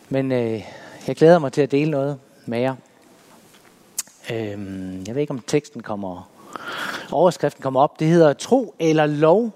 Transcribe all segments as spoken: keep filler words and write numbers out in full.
Men øh, jeg glæder mig til at dele noget med jer. Øh, jeg ved ikke, om teksten kommer, overskriften kommer op. Det hedder tro eller lov.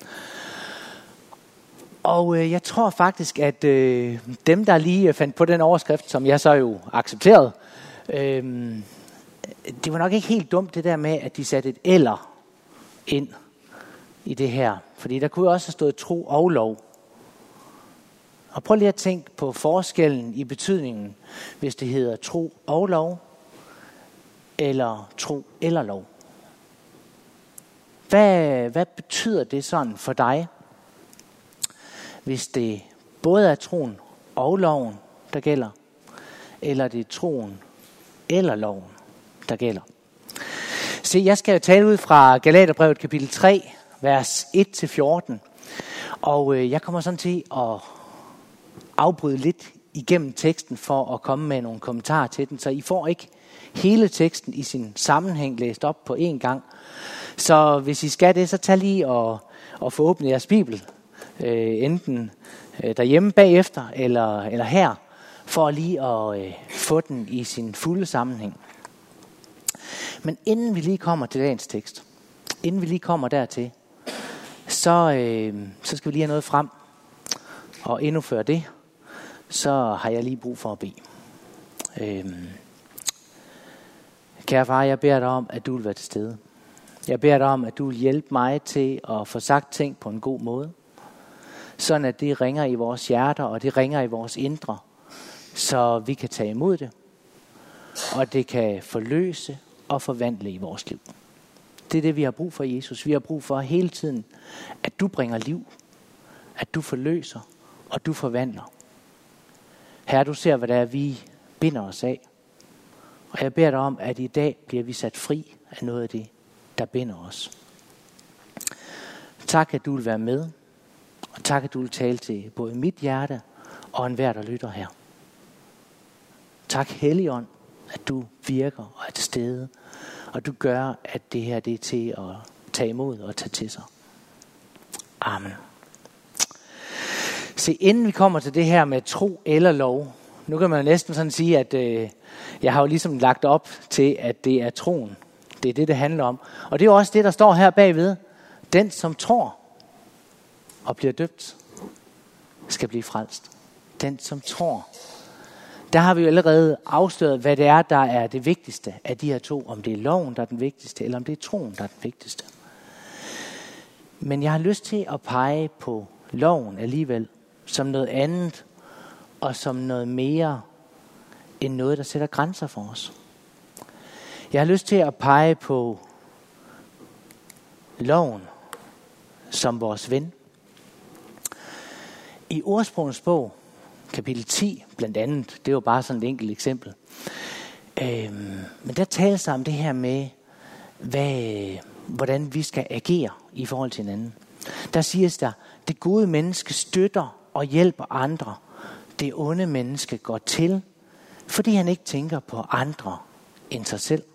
Og øh, jeg tror faktisk, at øh, dem, der lige fandt på den overskrift, som jeg så jo accepterede, øh, det var nok ikke helt dumt det der med, at de satte et eller ind i det her. Fordi der kunne også have stået tro og lov. Og prøv lige at tænke på forskellen i betydningen, hvis det hedder tro og lov, eller tro eller lov. Hvad, hvad betyder det sådan for dig, hvis det både er troen og loven, der gælder, eller det er troen eller loven, der gælder? Se, jeg skal tale ud fra Galaterbrevet kapitel tre, vers et til fjorten, og øh, jeg kommer sådan til at afbryde lidt igennem teksten for at komme med nogle kommentarer til den, så I får ikke hele teksten i sin sammenhæng læst op på én gang. Så hvis I skal det, så tag lige og, og få åbnet jeres bibel, øh, enten øh, derhjemme bagefter eller, eller her, for lige at øh, få den i sin fulde sammenhæng. Men inden vi lige kommer til dagens tekst, inden vi lige kommer dertil, så, øh, så skal vi lige have noget frem. Og endnu før det, så har jeg lige brug for at bede. Øhm. Kære far, jeg beder dig om, at du vil være til stede. Jeg beder dig om, at du vil hjælpe mig til at få sagt ting på en god måde. Sådan at det ringer i vores hjerter, og det ringer i vores indre, så vi kan tage imod det. Og det kan forløse og forvandle i vores liv. Det er det, vi har brug for, Jesus. Vi har brug for hele tiden, at du bringer liv, at du forløser, og du forvandler. Herre, du ser, hvad det er, vi binder os af. Og jeg beder dig om, at i dag bliver vi sat fri af noget af det, der binder os. Tak, at du vil være med. Og tak, at du vil tale til både mit hjerte og enhver, der lytter her. Tak, Helligånd, at du virker og er til stede. Og du gør, at det her det er til at tage imod og tage til sig. Amen. Se, inden vi kommer til det her med tro eller lov, nu kan man næsten sådan sige, at øh, jeg har jo ligesom lagt op til, at det er troen. Det er det, det handler om. Og det er jo også det, der står her bagved. Den, som tror og bliver døbt, skal blive frelst. Den, som tror. Der har vi jo allerede afsløret, hvad det er, der er det vigtigste af de her to. Om det er loven, der er den vigtigste, eller om det er troen, der er den vigtigste. Men jeg har lyst til at pege på loven alligevel, som noget andet, og som noget mere end noget, der sætter grænser for os. Jeg har lyst til at pege på loven som vores ven. I Ordsprogenes bog, kapitel ti, blandt andet, det er jo bare sådan et enkelt eksempel. Øhm, men der tales der om det her med, hvad, hvordan vi skal agere i forhold til hinanden. Der siges der, det gode menneske støtter og hjælper andre. Det onde menneske går til, fordi han ikke tænker på andre end sig selv.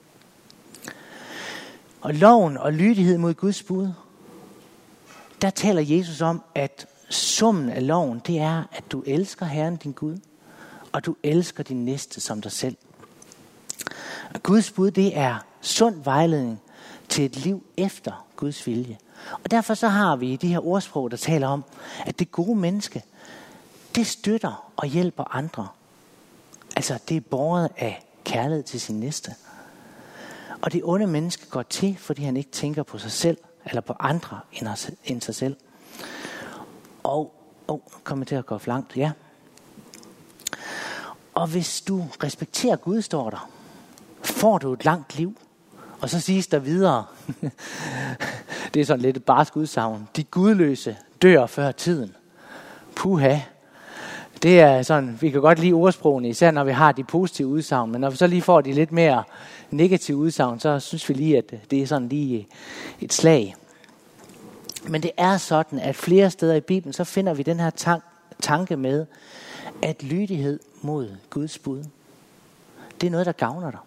Og loven og lydighed mod Guds bud, der taler Jesus om, at summen af loven, det er, at du elsker Herren din Gud, og du elsker din næste som dig selv. Og Guds bud, det er sund vejledning til et liv efter Guds vilje. Og derfor så har vi de her ordsprog, der taler om, at det gode menneske, det støtter og hjælper andre. Altså, det er båret af kærlighed til sin næste. Og det onde menneske går til, fordi han ikke tænker på sig selv, eller på andre end sig selv. Og, oh, kommer jeg til at gå for langt, ja. Og hvis du respekterer Gud, står der, får du et langt liv. Og så siges der videre, det er sådan lidt et barsk udsagn, de gudløse dør før tiden. Puha. Det er sådan, vi kan godt lide ordsprogene, især når vi har de positive udsagn, men når vi så lige får de lidt mere negative udsagn, så synes vi lige, at det er sådan lige et slag. Men det er sådan, at flere steder i Bibelen, så finder vi den her tank, tanke med, at lydighed mod Guds bud, det er noget, der gavner dig.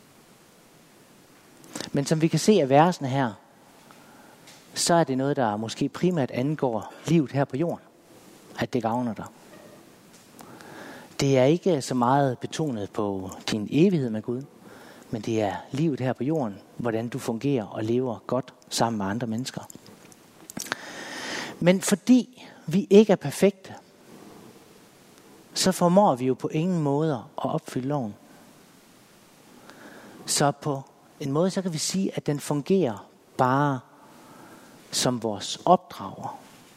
Men som vi kan se af versene her, så er det noget, der måske primært angår livet her på jorden, at det gavner dig. det er ikke så meget betonet på din evighed med Gud, men det er livet her på jorden, hvordan du fungerer og lever godt sammen med andre mennesker. Men fordi vi ikke er perfekte, så formår vi jo på ingen måde at opfylde loven. Så på en måde, så kan vi sige, at den fungerer bare som vores opdrager.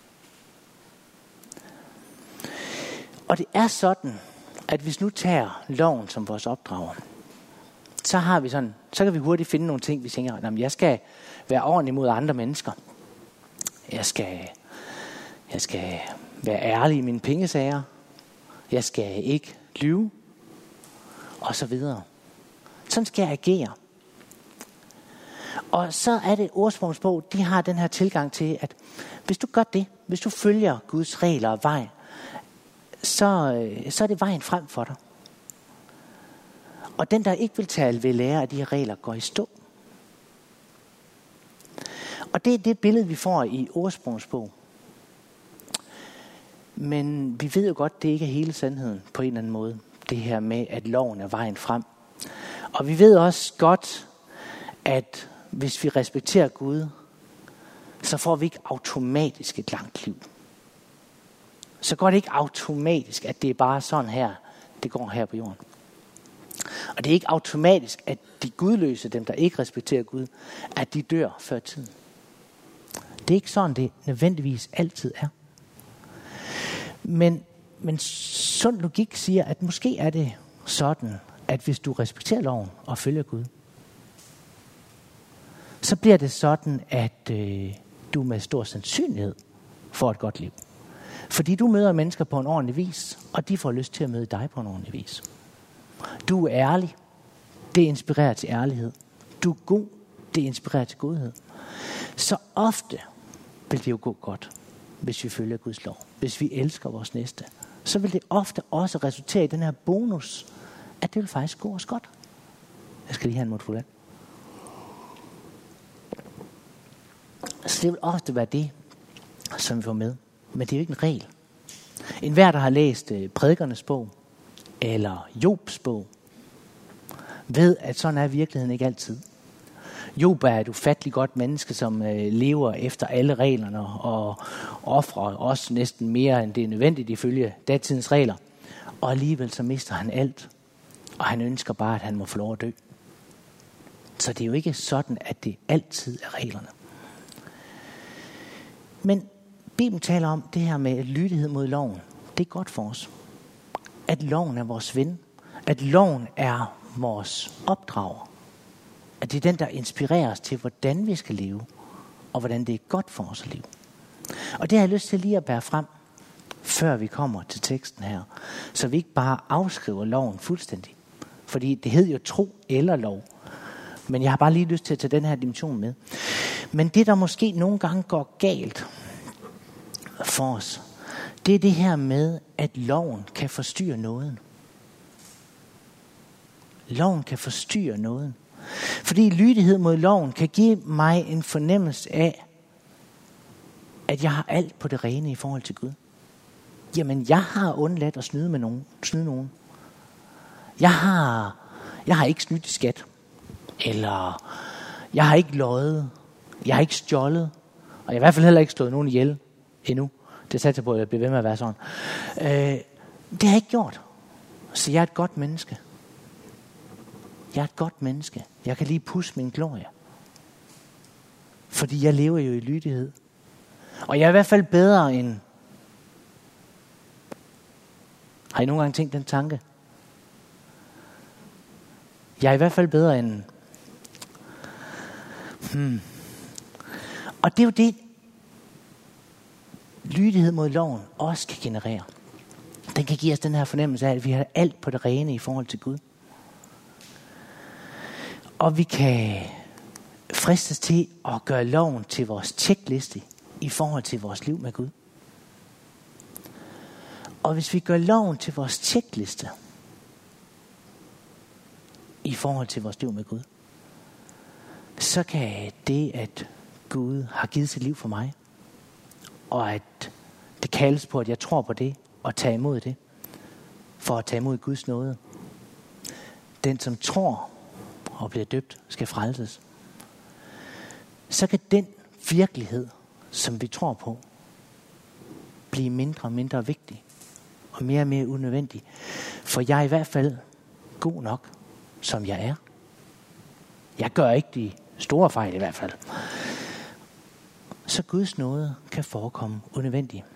Og det er sådan, at hvis nu tager loven som vores opdrager, så har vi sådan, så kan vi hurtigt finde nogle ting, vi tænker, at jeg skal være ordentlig mod andre mennesker. Jeg skal, jeg skal være ærlig i mine pengesager. Jeg skal ikke lyve. Og så videre. Sådan skal jeg agere. Og så er det Ordsprogsbog, de har den her tilgang til, at hvis du gør det, hvis du følger Guds regler og vej, så, så er det vejen frem for dig. Og den, der ikke vil tage ved lære af de her regler, går i stå. Og det er det billede, vi får i Ordsprogsbog. Men vi ved jo godt, det ikke er hele sandheden på en eller anden måde. Det her med, at loven er vejen frem. Og vi ved også godt, at hvis vi respekterer Gud, så får vi ikke automatisk et langt liv. Så går det ikke automatisk, at det er bare sådan her, det går her på jorden. Og det er ikke automatisk, at de gudløse, dem der ikke respekterer Gud, at de dør før tiden. Det er ikke sådan, det nødvendigvis altid er. Men, men sund logik siger, at måske er det sådan, at hvis du respekterer loven og følger Gud, så bliver det sådan, at øh, du med stor sandsynlighed får et godt liv. Fordi du møder mennesker på en ordentlig vis, og de får lyst til at møde dig på en ordentlig vis. Du er ærlig. Det inspirerer til ærlighed. Du er god. Det inspirerer til godhed. Så ofte vil det jo gå godt, hvis vi følger Guds lov. Hvis vi elsker vores næste. Så vil det ofte også resultere i den her bonus, at det vil faktisk gå os godt. Jeg skal lige have en mundfuld vand. Så det vil ofte være det, som vi får med. Men det er jo ikke en regel. En hver, der har læst øh, prædikernes bog, eller Jobs bog, ved, at sådan er virkeligheden ikke altid. Job er et ufatteligt godt menneske, som øh, lever efter alle reglerne, og offrer også næsten mere, end det er nødvendigt ifølge datidens regler. Og alligevel så mister han alt, og han ønsker bare, at han må få lov at dø. Så det er jo ikke sådan, at det altid er reglerne. Men Bibelen taler om det her med lydighed mod loven. Det er godt for os. At loven er vores ven. At loven er vores opdrager. At det er den, der inspirerer os til, hvordan vi skal leve. Og hvordan det er godt for os at leve. Og det har jeg lyst til lige at bære frem, før vi kommer til teksten her. Så vi ikke bare afskriver loven fuldstændig. Fordi det hed jo tro eller lov. Men jeg har bare lige lyst til at tage den her dimension med. Men det, der måske nogle gange går galt for os, det er det her med, at loven kan forstyrre nåden. Loven kan forstyrre nåden. Fordi lydighed mod loven kan give mig en fornemmelse af, at jeg har alt på det rene i forhold til Gud. Jamen, jeg har undladt at snyde med nogen. Snyde nogen. Jeg har, jeg har ikke snydt i skat. Eller jeg har ikke løjet. Jeg har ikke stjålet. Og jeg har i hvert fald heller ikke slået nogen ihjel endnu. Det satte jeg på, at jeg bliver ved med at være sådan. Øh, det har jeg ikke gjort. Så jeg er et godt menneske. Jeg er et godt menneske. Jeg kan lige pusse min glorie. Fordi jeg lever jo i lydighed. Og jeg er i hvert fald bedre end... Har I nogle gange tænkt den tanke? Jeg er i hvert fald bedre end... Hmm. Og det er jo det, lydighed mod loven også kan generere. Den kan give os den her fornemmelse af, at vi har alt på det rene i forhold til Gud. Og vi kan fristes til at gøre loven til vores tjekliste i forhold til vores liv med Gud. Og hvis vi gør loven til vores tjekliste i forhold til vores liv med Gud, så kan det, at Gud har givet sit liv for mig, og at det kaldes på, at jeg tror på det, og tager imod det, for at tage imod Guds nåde. Den, som tror og bliver døbt, skal frelses. Så kan den virkelighed, som vi tror på, blive mindre og mindre vigtig og mere og mere unødvendig. For jeg er i hvert fald god nok, som jeg er. Jeg gør ikke de store fejl i hvert fald. Så Guds nåde kan forekomme unødvendig.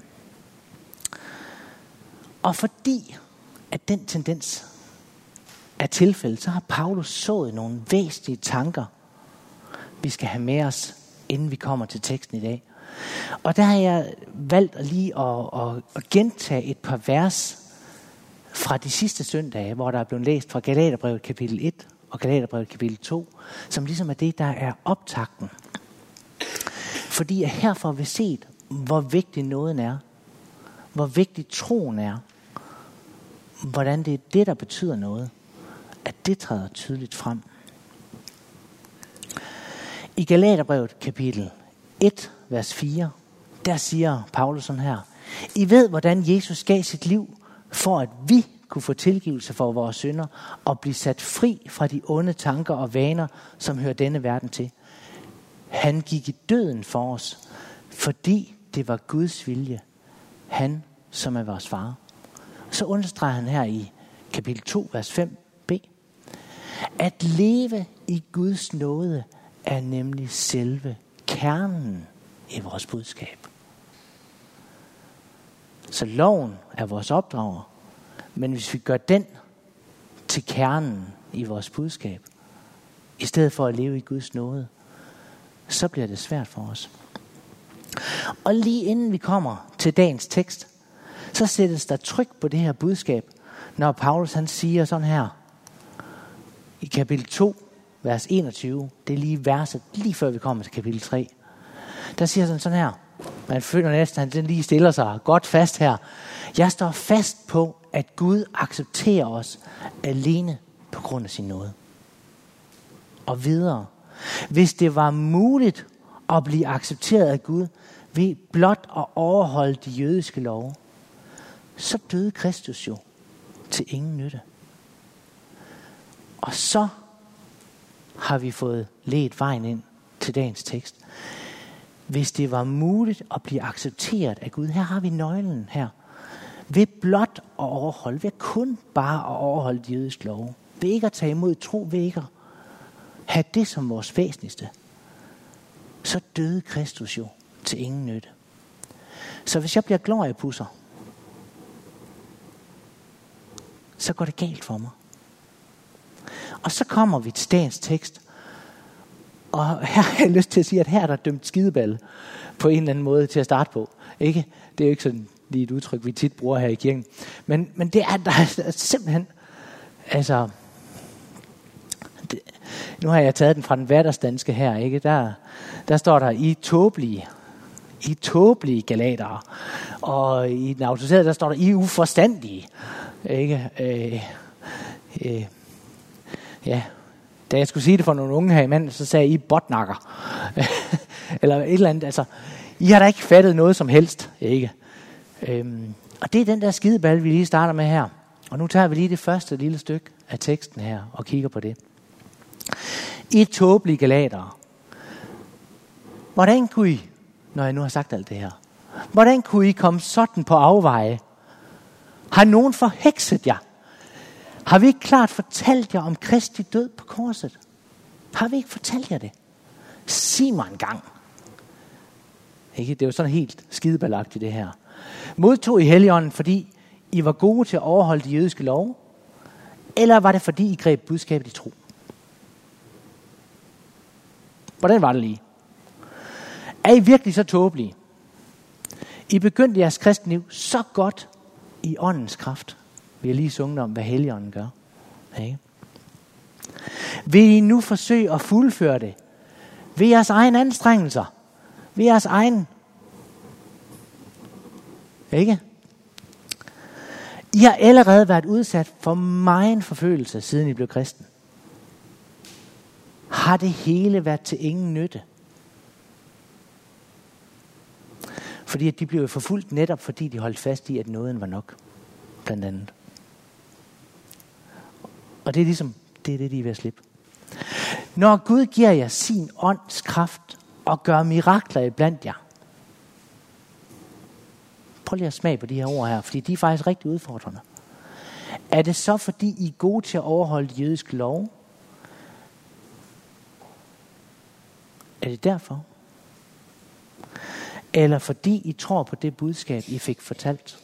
Og fordi at den tendens er tilfældet, så har Paulus sået nogle væsentlige tanker, vi skal have med os, inden vi kommer til teksten i dag. Og der har jeg valgt lige at, at, at gentage et par vers fra de sidste søndage, hvor der er blevet læst fra Galaterbrevet kapitel et og Galaterbrevet kapitel to, som ligesom er det, der er optakten. Fordi at her får vi set, hvor vigtig nåden er, hvor vigtig troen er, hvordan det er det, der betyder noget, at det træder tydeligt frem. I Galaterbrevet kapitel et, vers fire, der siger Paulus sådan her: I ved, hvordan Jesus gav sit liv, for at vi kunne få tilgivelse for vores synder og blive sat fri fra de onde tanker og vaner, som hører denne verden til. Han gik i døden for os, fordi det var Guds vilje. Han, som er vores far. Så understreger han her i kapitel to, vers fem b. At leve i Guds nåde er nemlig selve kernen i vores budskab. Så loven er vores opdrager, men hvis vi gør den til kernen i vores budskab, i stedet for at leve i Guds nåde, så bliver det svært for os. Og lige inden vi kommer til dagens tekst, så sættes der tryk på det her budskab, når Paulus han siger sådan her, i kapitel to, vers enogtyve, det er lige verset, lige før vi kommer til kapitel tre, der siger han sådan her, man føler næsten, at han lige stiller sig godt fast her. Jeg står fast på, at Gud accepterer os alene på grund af sin nåde. Og videre, hvis det var muligt at blive accepteret af Gud ved blot at overholde de jødiske love, så døde Kristus jo til ingen nytte. Og så har vi fået ledt vejen ind til dagens tekst. Hvis det var muligt at blive accepteret af Gud, her har vi nøglen her. Ved blot at overholde, ved kun bare at overholde de jødiske love, ved ikke at tage imod tro, ved ikke at have det som vores væsentligste, så døde Kristus jo til ingen nytte. Så hvis jeg bliver gloriepusser, så går det galt for mig. Og så kommer vi til dagens tekst, og her har jeg lyst til at sige, at her er der dømt skideballe på en eller anden måde til at starte på. Ikke? Det er jo ikke sådan lige et udtryk, vi tit bruger her i kirken. Men, men det er, der er simpelthen, altså, det, nu har jeg taget den fra den hverdagsdanske her, ikke? Der, der står der, I tåbelige, I tåbelige galatere. Og i den autoriserede, der står der, I uforstandige. Ikke? Øh, øh, ja, da jeg skulle sige det for nogle unge her i mand, så sagde I botnakker. Eller et eller andet. Altså, I har da ikke fattet noget som helst. Ikke? Øhm, og det er den der skideball, vi lige starter med her. Og nu tager vi lige det første lille stykke af teksten her og kigger på det. I tåbelige galatere. Hvordan kunne I, når jeg nu har sagt alt det her, hvordan kunne I komme sådan på afveje? Har nogen forhekset jer? Har vi ikke klart fortalt jer om Kristi død på korset? Har vi ikke fortalt jer det? Sig mig en gang. Ikke? Det er jo sådan helt skideballagtigt det her. Modtog I Helligånden, fordi I var gode til at overholde de jødiske love? Eller var det fordi I greb budskabet i tro? Hvordan var det lige? Er I virkelig så tåbelige? I begyndte jeres kristenliv så godt i åndens kraft. Vi har lige sunget om, hvad Helligånden gør. Ikke? Vil I nu forsøge at fuldføre det ved jeres egen anstrengelser? Ved jeres egen... Ikke? I har allerede været udsat for megen forfølgelse, siden I blev kristen. Har det hele været til ingen nytte? Fordi at de blev forfulgt netop, fordi de holdt fast i, at nåden var nok. Blandt andet. Og det er ligesom, det er det, de er ved at slippe. Når Gud giver jer sin ånds kraft og gør mirakler iblandt jer. Prøv lige at smage på de her ord her, fordi de er faktisk rigtig udfordrende. Er det så, fordi I er gode til at overholde de jødiske love? Er det derfor? Eller fordi I tror på det budskab, I fik fortalt?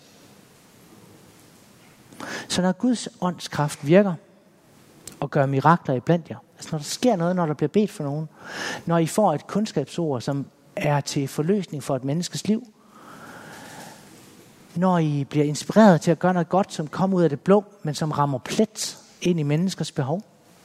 Så når Guds åndskraft virker og gør mirakler iblandt jer, altså når der sker noget, når der bliver bedt for nogen, når I får et kundskabsord, som er til forløsning for et menneskes liv, når I bliver inspireret til at gøre noget godt, som kommer ud af det blå, men som rammer plet ind i menneskers behov,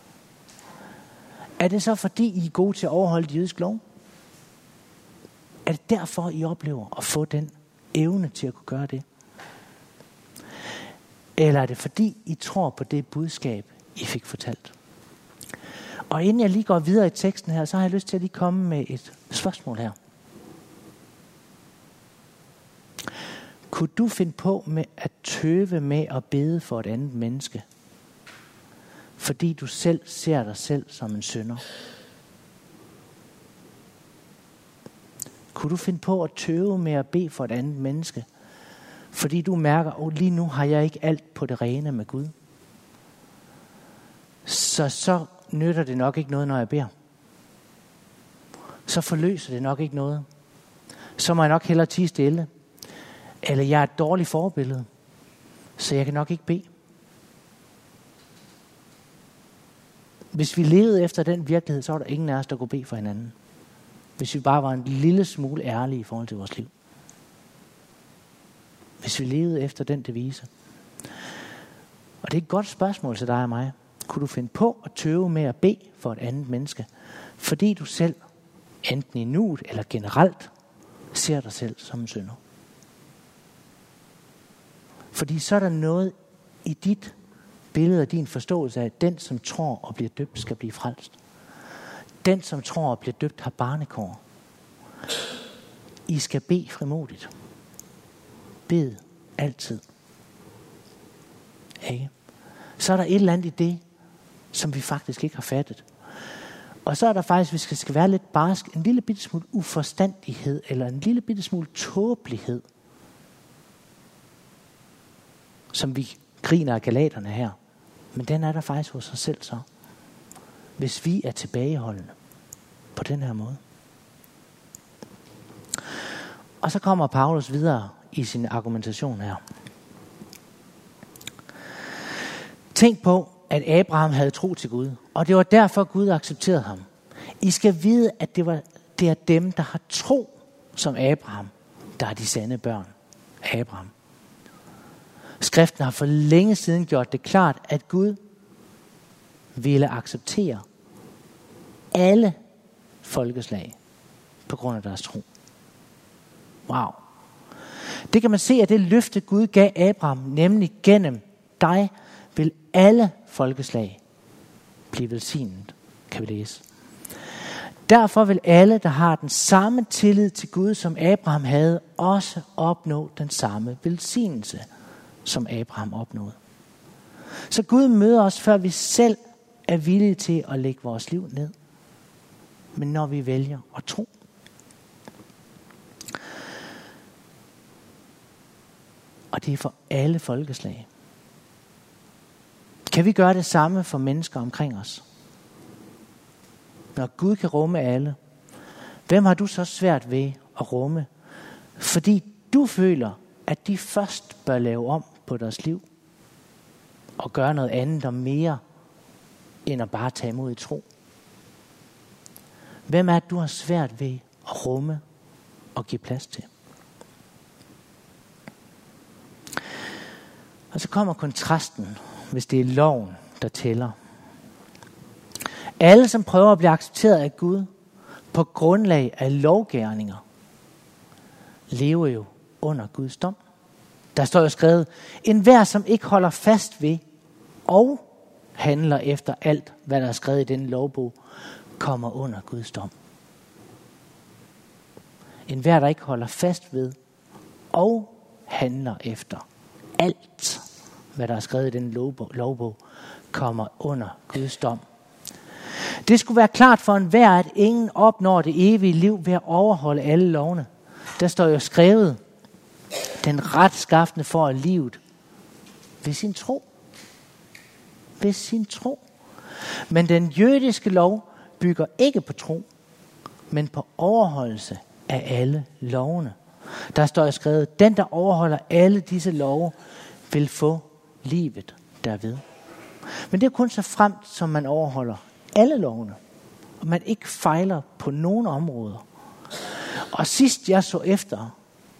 er det så fordi I er gode til at overholde de jødiske lov? Er det derfor, I oplever at få den evne til at kunne gøre det? Eller er det fordi, I tror på det budskab, I fik fortalt? Og inden jeg lige går videre i teksten her, så har jeg lyst til at lige komme med et spørgsmål her. Kunne du finde på med at tøve med at bede for et andet menneske, fordi du selv ser dig selv som en synder? Kunne du finde på at tøve med at bede for et andet menneske, fordi du mærker, at oh, lige nu har jeg ikke alt på det rene med Gud? Så så nytter det nok ikke noget, når jeg beder. Så forløser det nok ikke noget. Så må jeg nok hellere tie stille. Eller jeg er et dårligt forbillede, så jeg kan nok ikke bede. Hvis vi levede efter den virkelighed, så var der ingen af os, der kunne bede for hinanden. Hvis vi bare var en lille smule ærlige i forhold til vores liv. Hvis vi levede efter den devise. Og det er et godt spørgsmål til dig og mig. Kunne du finde på at tøve med at bede for et andet menneske, fordi du selv, enten i nuet eller generelt, ser dig selv som en synder? Fordi så er der noget i dit billede og din forståelse af, at den, som tror og bliver døbt, skal blive frelst. Den, som tror og bliver døbt, har barnekår. I skal bede frimodigt. Bed altid. Ikke? Så er der et eller andet i det, som vi faktisk ikke har fattet. Og så er der faktisk, hvis vi skal være lidt barsk, en lille bitte smule uforstandighed, eller en lille bitte smule tåbelighed, som vi griner af galaterne her. Men den er der faktisk hos os selv så. Hvis vi er tilbageholdende på den her måde. Og så kommer Paulus videre i sin argumentation her. Tænk på, at Abraham havde tro til Gud, og det var derfor Gud accepterede ham. I skal vide, at det, var, det er dem, der har tro som Abraham, der er de sande børn af Abraham. Skriften har for længe siden gjort det klart, at Gud ville acceptere alle folkeslag på grund af deres tro. Wow. Det kan man se af det løfte, Gud gav Abraham, nemlig gennem dig vil alle folkeslag blive velsignet, kan vi læse. Derfor vil alle, der har den samme tillid til Gud, som Abraham havde, også opnå den samme velsignelse, som Abraham opnåede. Så Gud møder os, før vi selv er villige til at lægge vores liv ned. Men når vi vælger at tro. Og det er for alle folkeslag. Kan vi gøre det samme for mennesker omkring os? Når Gud kan rumme alle, hvem har du så svært ved at rumme? Fordi du føler, at de først bør lave om på deres liv og gøre noget andet og mere, end at bare tage imod i tro. Hvem er det, du har svært ved at rumme og give plads til? Og så kommer kontrasten, hvis det er loven, der tæller. Alle, som prøver at blive accepteret af Gud på grundlag af lovgerninger, lever jo under Guds dom. Der står jo skrevet, enhver, som ikke holder fast ved og handler efter alt, hvad der er skrevet i denne lovbog, kommer under Guds dom. Enhver, der ikke holder fast ved og handler efter alt, hvad der er skrevet i den lovbog, lovbog kommer under Guds dom. Det skulle være klart for enhver, at ingen opnår det evige liv ved at overholde alle lovene. Der står jo skrevet, den retskaffende får livet ved sin tro. Ved sin tro. Men den jødiske lov bygger ikke på tro, men på overholdelse af alle lovene. Der står jo skrevet, den der overholder alle disse love, vil få livet derved. Men det er kun så fremt, som man overholder alle lovene, og man ikke fejler på nogen områder. Og sidst jeg så efter,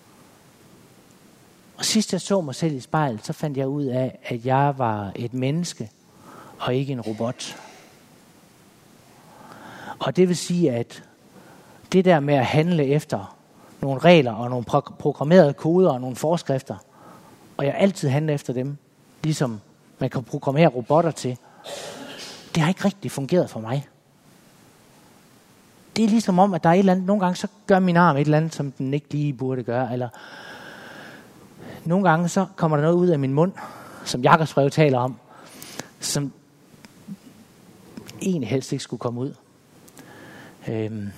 og sidst jeg så mig selv i spejlet, så fandt jeg ud af, at jeg var et menneske, og ikke en robot. Og det vil sige, at det der med at handle efter nogle regler og nogle programmerede koder og nogle forskrifter, og jeg altid handler efter dem, ligesom man kan programmere robotter til, det har ikke rigtig fungeret for mig. Det er ligesom om, at der er et eller andet, nogle gange så gør min arm et eller andet, som den ikke lige burde gøre, eller nogle gange så kommer der noget ud af min mund, som Jakobs brev taler om, som egentlig helst ikke skulle komme ud. Øhm.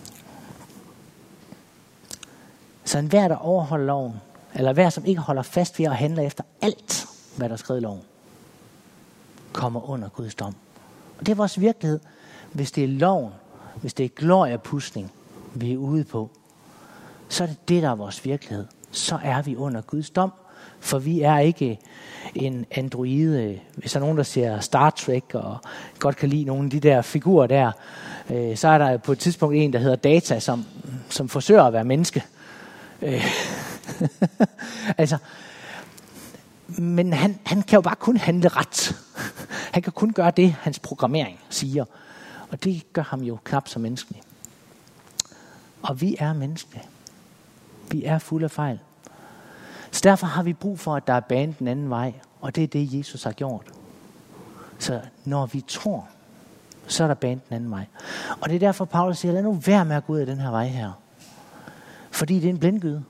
Så enhver, der overholder loven, eller hver, som ikke holder fast ved at handle efter alt, hvad der er skrevet i loven, kommer under Guds dom. Og det er vores virkelighed. Hvis det er loven, hvis det er gloriepudsning, vi er ude på, så er det det, der er vores virkelighed. Så er vi under Guds dom, for vi er ikke en androide. Hvis der er nogen, der ser Star Trek og godt kan lide nogle af de der figurer der, øh, så er der på et tidspunkt en, der hedder Data, som, som forsøger at være menneske. Øh. altså, men han, han kan jo bare kun handle ret. Han kan kun gøre det, hans programmering siger. Og det gør ham jo knap så menneskelig. Og vi er menneskelige. Vi er fulde af fejl. Så derfor har vi brug for, at der er banet den anden vej. Og det er det, Jesus har gjort. Så når vi tror, så er der banet den anden vej. Og det er derfor, Paulus siger, lad nu være med at gå ud af den her vej her. Fordi det er en blindgyde.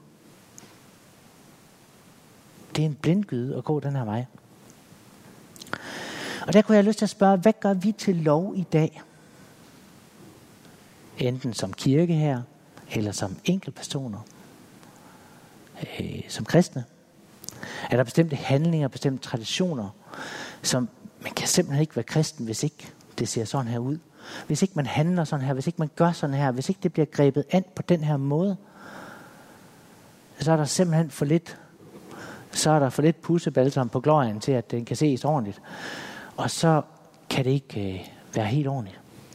Det er en blindgyde at gå den her vej. Og der kunne jeg have lyst til at spørge, hvad gør vi til lov i dag? Enten som kirke her, eller som enkeltpersoner, øh, som kristne. Er der bestemte handlinger, bestemte traditioner, som man kan simpelthen ikke være kristen, hvis ikke det ser sådan her ud. Hvis ikke man handler sådan her, hvis ikke man gør sådan her, hvis ikke det bliver grebet an på den her måde, så er der simpelthen for lidt, så er der for lidt pussebalsam på glorien til, at den kan ses ordentligt. Og så kan det ikke øh, være helt ordentligt.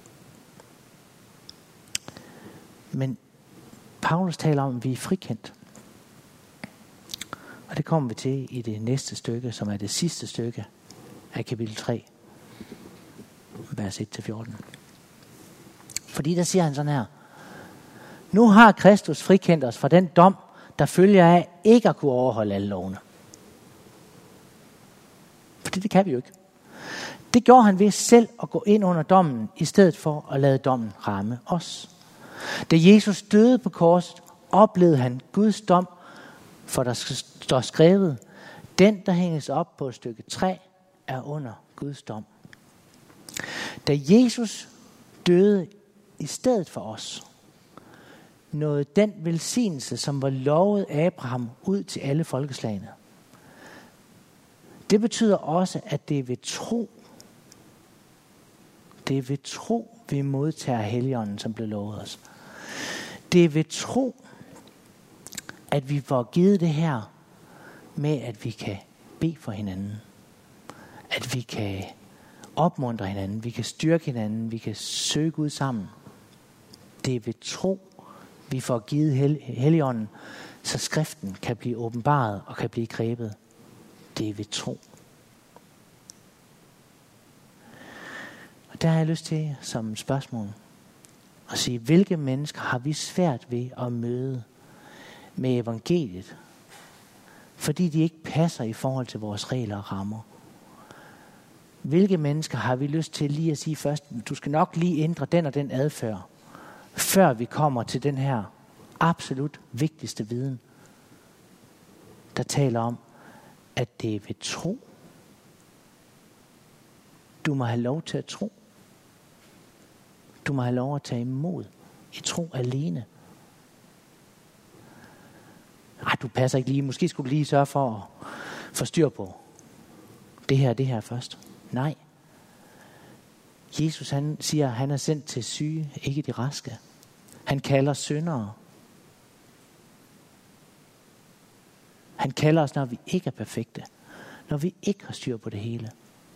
Men Paulus taler om, at vi er frikendt. Og det kommer vi til i det næste stykke, som er det sidste stykke af kapitel tre, vers et til fjorten. Fordi der siger han sådan her: nu har Kristus frikendt os fra den dom, der følger af ikke at kunne overholde alle lovene. Fordi det kan vi jo ikke. Det gjorde han ved selv at gå ind under dommen, i stedet for at lade dommen ramme os. Da Jesus døde på korset, oplevede han Guds dom, for der står skrevet, den der hænges op på et stykke træ, er under Guds dom. Da Jesus døde i stedet for os, nåede den velsignelse, som var lovet Abraham, ud til alle folkeslagene. Det betyder også, at det er ved tro, det er ved tro, vi modtager Helligånden, som blev lovet os. Det er ved tro, at vi får givet det her med, at vi kan bede for hinanden. At vi kan opmuntre hinanden, vi kan styrke hinanden, vi kan søge Gud sammen. Det er ved tro, vi får givet hel- Helligånden, så skriften kan blive åbenbaret og kan blive grebet. Det er ved tro. Og der har jeg lyst til som spørgsmål at sige, hvilke mennesker har vi svært ved at møde med evangeliet, fordi de ikke passer i forhold til vores regler og rammer? Hvilke mennesker har vi lyst til lige at sige først, du skal nok lige ændre den og den adfærd, før vi kommer til den her absolut vigtigste viden, der taler om, at det er ved tro, Du må have lov til at tro. Du må have lov at tage imod i tro alene. Ej, du passer ikke lige. Måske skulle du lige sørge for at få styr på det her det her først. Nej. Jesus han siger, at han er sendt til syge, ikke de raske. Han kalder syndere. Han kalder os, når vi ikke er perfekte. Når vi ikke har styr på det hele.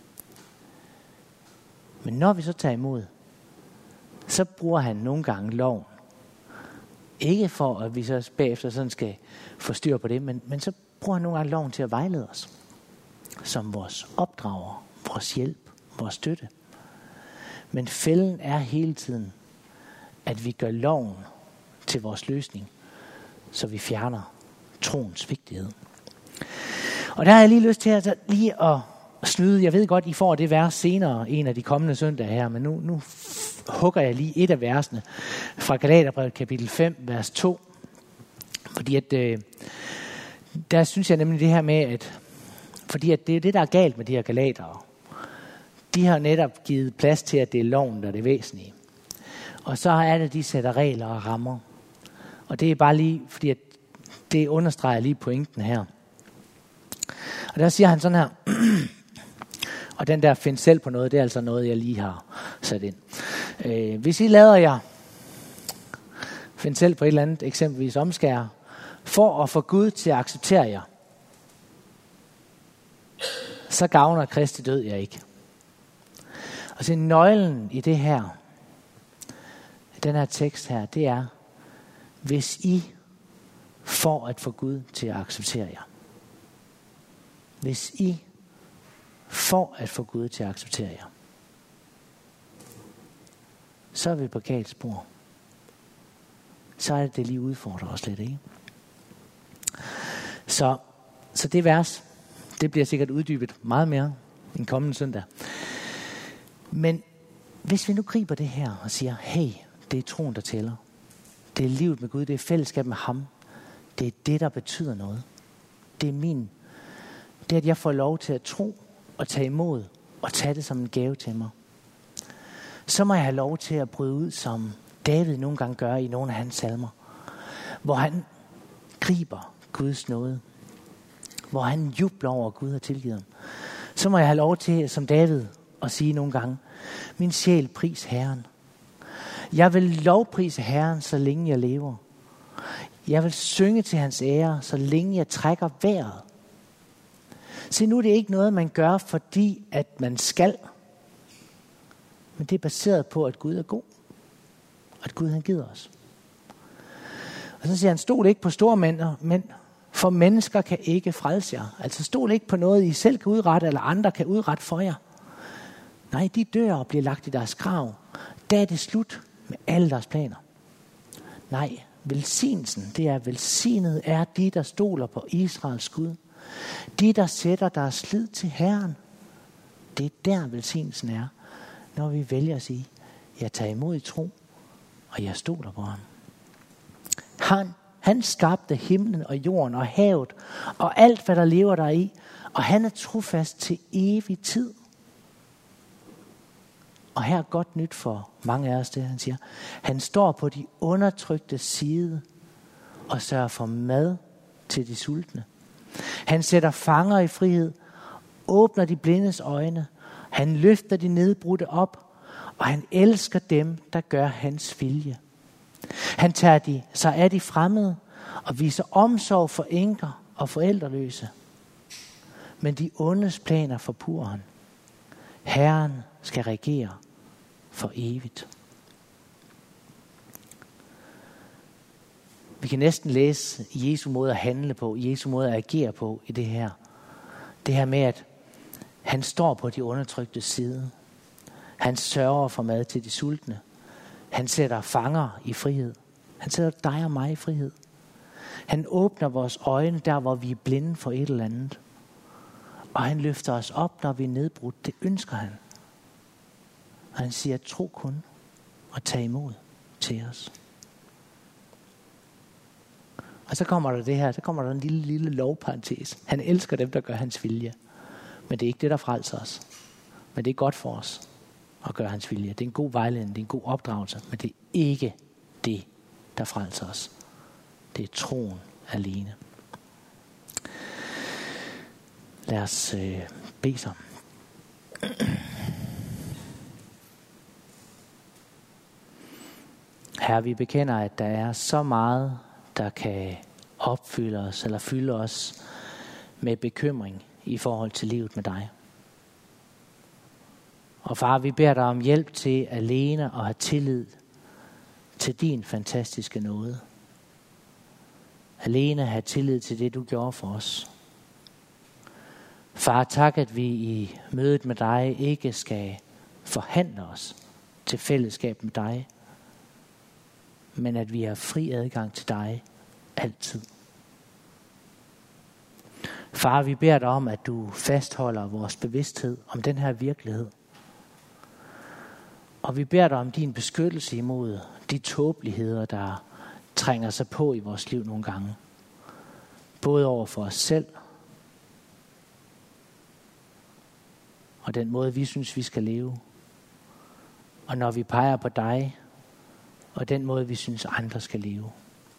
Men når vi så tager imod, så bruger han nogle gange loven. Ikke for, at vi så bagefter sådan skal få styr på det, men, men så bruger han nogle gange loven til at vejlede os. Som vores opdrager, vores hjælp, vores støtte. Men fælden er hele tiden, at vi gør loven til vores løsning, så vi fjerner troens vigtighed. Og der har jeg lige lyst til at lige at snyde. Jeg ved godt, I får det vers senere, en af de kommende søndage her, men nu, nu hugger jeg lige et af versene fra Galaterbrevet kapitel fem, vers to. Fordi at, øh, der synes jeg nemlig det her med, at fordi at det er det, der er galt med de her galatere. De har netop givet plads til, at det er loven, der er det væsentlige. Og så er det, de sætter regler og rammer. Og det er bare lige, fordi at det understreger lige pointen her. Og der siger han sådan her, og den der find selv på noget, det er altså noget, jeg lige har sat ind. Øh, hvis I lader jer find selv på et eller andet, eksempelvis omskære, for at få Gud til at acceptere jer, så gavner Kristi død jer ikke. Og så nøglen i det her, den her tekst her, det er, hvis I får at få Gud til at acceptere jer. Hvis I får at få Gud til at acceptere jer, så er vi på galt spor. Så er det, det lige udfordrer os lidt, ikke? Så, så det vers, det bliver sikkert uddybet meget mere en kommende søndag. Men hvis vi nu griber det her og siger, hey, det er troen, der tæller. Det er livet med Gud, det er fællesskab med ham. Det er det, der betyder noget. Det er min. Det er, at jeg får lov til at tro og tage imod og tage det som en gave til mig. Så må jeg have lov til at bryde ud, som David nogle gange gør i nogle af hans salmer. Hvor han griber Guds nåde. Hvor han jubler over, at Gud har tilgivet ham. Så må jeg have lov til, som David, at sige nogle gange, min sjæl pris Herren. Jeg vil lovprise Herren, så længe jeg lever. Jeg vil synge til hans ære, så længe jeg trækker vejret. Se, nu er det ikke noget, man gør, fordi at man skal. Men det er baseret på, at Gud er god. Og at Gud han giver os. Og så siger han, stol ikke på store mænd, men for mennesker kan ikke frelse jer. Altså stol ikke på noget, I selv kan udrette, eller andre kan udrette for jer. Nej, de dør og bliver lagt i deres grav. Da er det slut med alle deres planer. Nej, velsignelsen, det er, velsignet er de, der stoler på Israels Gud. De, der sætter deres lid til Herren. Det er der velsignelsen er, når vi vælger at sige, jeg tager imod i tro, og jeg stoler på ham. Han, han skabte himlen og jorden og havet, og alt, hvad der lever deri, og han er trofast til evig tid. Og her er godt nyt for mange af os, det han siger. Han står på de undertrykte side og sørger for mad til de sultne. Han sætter fanger i frihed, åbner de blindes øjne. Han løfter de nedbrudte op, og han elsker dem, der gør hans vilje. Han tager de, sig af de fremmede og viser omsorg for enker og forældreløse. Men de ondes planer forpurer han. Herren skal regere for evigt. Vi kan næsten læse Jesu måde at handle på, Jesu måde at agere på i det her. Det her med, at han står på de undertrykte side. Han sørger for mad til de sultne. Han sætter fanger i frihed. Han sætter dig og mig i frihed. Han åbner vores øjne der, hvor vi er blinde for et eller andet. Og han løfter os op, når vi er nedbrudt. Det ønsker han. Og han siger, tro kun og tag imod til os. Og så kommer der det her, så kommer der en lille, lille lovparentes. Han elsker dem, der gør hans vilje. Men det er ikke det, der frelser os. Men det er godt for os at gøre hans vilje. Det er en god vejledning, det er en god opdragelse, men det er ikke det, der frelser os. Det er troen alene. Lad os øh, bede sammen. Herre, vi bekender, at der er så meget, der kan opfylde os eller fylde os med bekymring i forhold til livet med dig. Og far, vi beder dig om hjælp til alene at have tillid til din fantastiske nåde. Alene have tillid til det, du gjorde for os. Far, tak, at vi i mødet med dig ikke skal forhandle os til fællesskab med dig, men at vi har fri adgang til dig altid. Far, vi beder dig om, at du fastholder vores bevidsthed om den her virkelighed. Og vi beder dig om din beskyttelse imod de tåbeligheder, der trænger sig på i vores liv nogle gange. Både over for os selv, og den måde, vi synes, vi skal leve. Og når vi peger på dig, og den måde, vi synes, andre skal leve.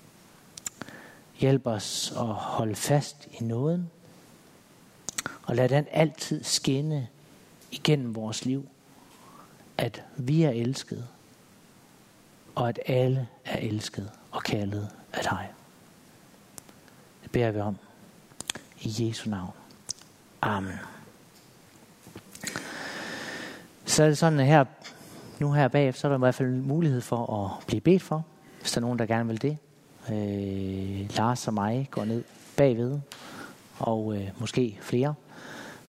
Hjælp os at holde fast i nåden, og lad den altid skinne igennem vores liv, at vi er elskede, og at alle er elskede og kaldet af dig. Det beder vi om i Jesu navn. Amen. Så er det sådan, at her, nu her bagefter, så er der i hvert fald mulighed for at blive bedt for, hvis der er nogen, der gerne vil det. Øh, Lars og mig går ned bagved, og øh, måske flere.